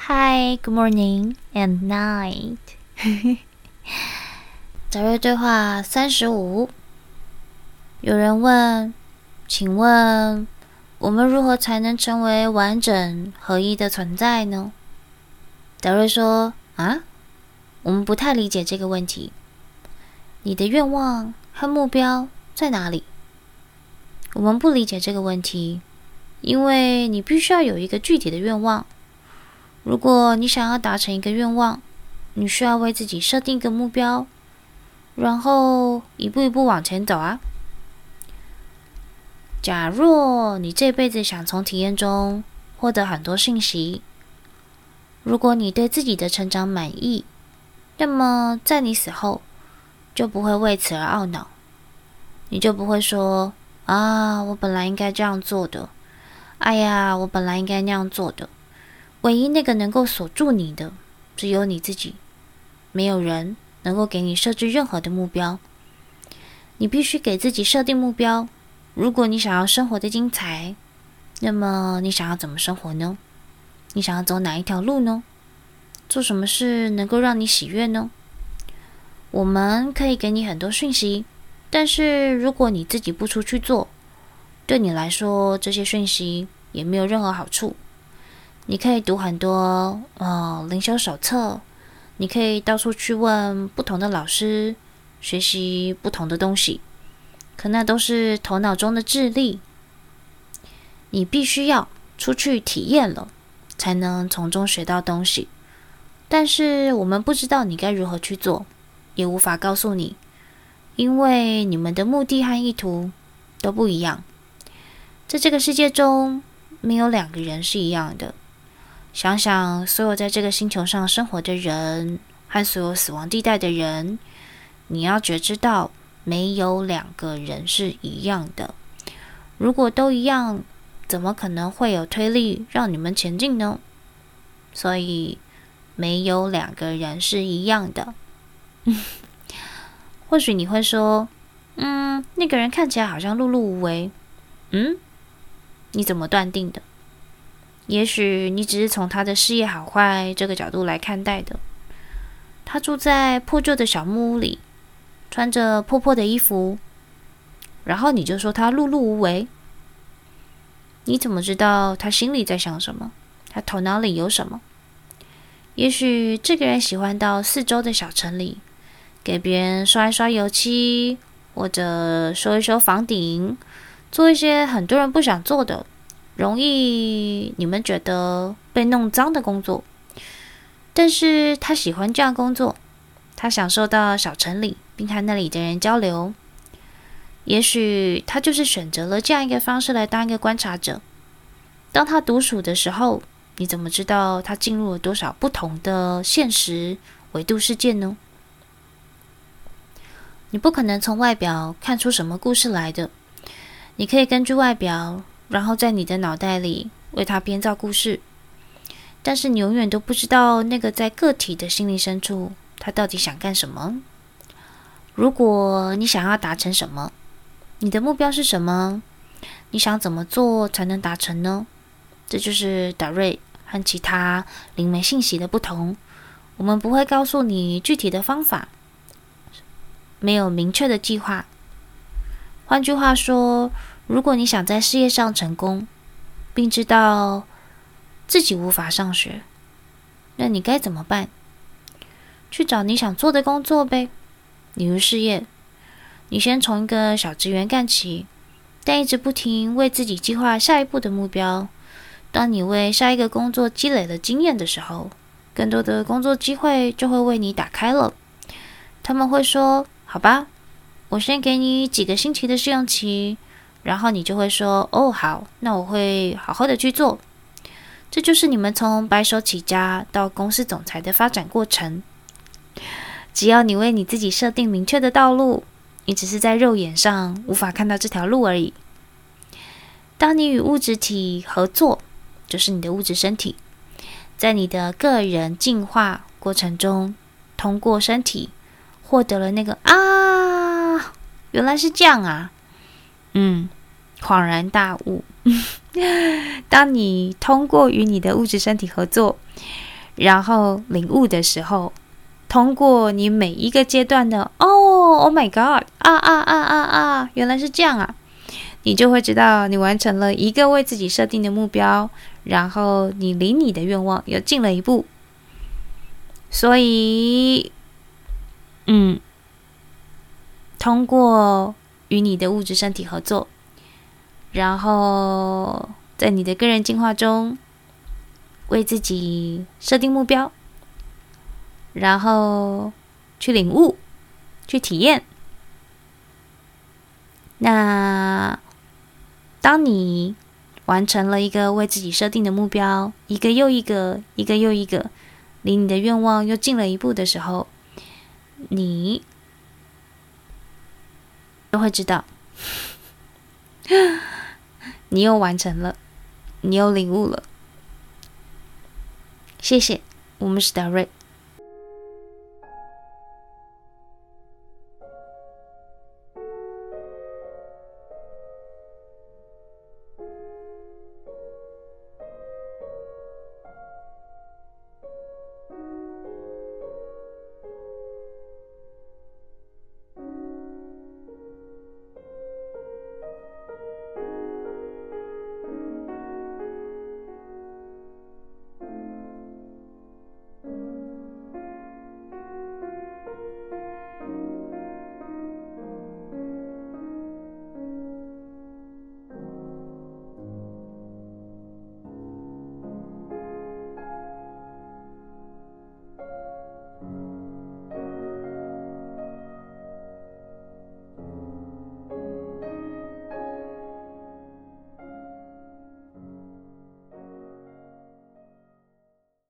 Hi, good morning and night 早日对话35。有人问，请问我们如何才能成为完整合一的存在呢？早日说，我们不太理解这个问题。你的愿望和目标在哪里？我们不理解这个问题，因为你必须要有一个具体的愿望。如果你想要达成一个愿望，你需要为自己设定一个目标，然后一步一步往前走啊。假若你这辈子想从体验中获得很多讯息，如果你对自己的成长满意，那么在你死后就不会为此而懊恼，你就不会说我本来应该这样做的，哎呀，我本来应该那样做的。唯一那个能够锁住你的，只有你自己，没有人能够给你设置任何的目标。你必须给自己设定目标。如果你想要生活的精彩，那么你想要怎么生活呢？你想要走哪一条路呢？做什么事能够让你喜悦呢？我们可以给你很多讯息，但是如果你自己不出去做，对你来说这些讯息也没有任何好处。你可以读很多灵修手册，你可以到处去问不同的老师，学习不同的东西，可那都是头脑中的智力。你必须要出去体验了，才能从中学到东西。但是我们不知道你该如何去做，也无法告诉你，因为你们的目的和意图都不一样。在这个世界中，没有两个人是一样的。想想所有在这个星球上生活的人和所有死亡地带的人，你要觉知到没有两个人是一样的。如果都一样，怎么可能会有推力让你们前进呢？所以没有两个人是一样的。或许你会说，那个人看起来好像碌碌无为。你怎么断定的？也许你只是从他的事业好坏这个角度来看待的。他住在破旧的小木屋里，穿着破破的衣服，然后你就说他碌碌无为。你怎么知道他心里在想什么？他头脑里有什么？也许这个人喜欢到四周的小城里，给别人刷一刷油漆，或者修一修房顶，做一些很多人不想做的，容易你们觉得被弄脏的工作。但是他喜欢这样工作，他享受到小城里，并和那里的人交流。也许他就是选择了这样一个方式来当一个观察者。当他独处的时候，你怎么知道他进入了多少不同的现实维度事件呢？你不可能从外表看出什么故事来的。你可以根据外表，然后在你的脑袋里为他编造故事，但是你永远都不知道那个在个体的心灵深处，他到底想干什么。如果你想要达成什么，你的目标是什么？你想怎么做才能达成呢？这就是达瑞和其他灵媒信息的不同。我们不会告诉你具体的方法，没有明确的计划。换句话说，如果你想在事业上成功，并知道自己无法上学，那你该怎么办？去找你想做的工作呗。例如事业，你先从一个小职员干起，但一直不停为自己计划下一步的目标。当你为下一个工作积累了经验的时候，更多的工作机会就会为你打开了。他们会说，好吧，我先给你几个星期的试用期，然后你就会说，好，那我会好好的去做。这就是你们从白手起家到公司总裁的发展过程。只要你为你自己设定明确的道路，你只是在肉眼上无法看到这条路而已。当你与物质体合作，就是你的物质身体，在你的个人进化过程中，通过身体获得了那个原来是这样啊，恍然大悟。当你通过与你的物质身体合作， 然后领悟的时候，通过你每一个阶段的Oh my God 原来是这样啊，你就会知道你完成了一个为自己设定的目标，然后你离你的愿望又近了一步。所以通过与你的物质身体合作，然后在你的个人进化中为自己设定目标，然后去领悟，去体验。那当你完成了一个为自己设定的目标，一个又一个，一个又一个，离你的愿望又近了一步的时候，你就会知道你又完成了，你又领悟了。谢谢，我们是达瑞。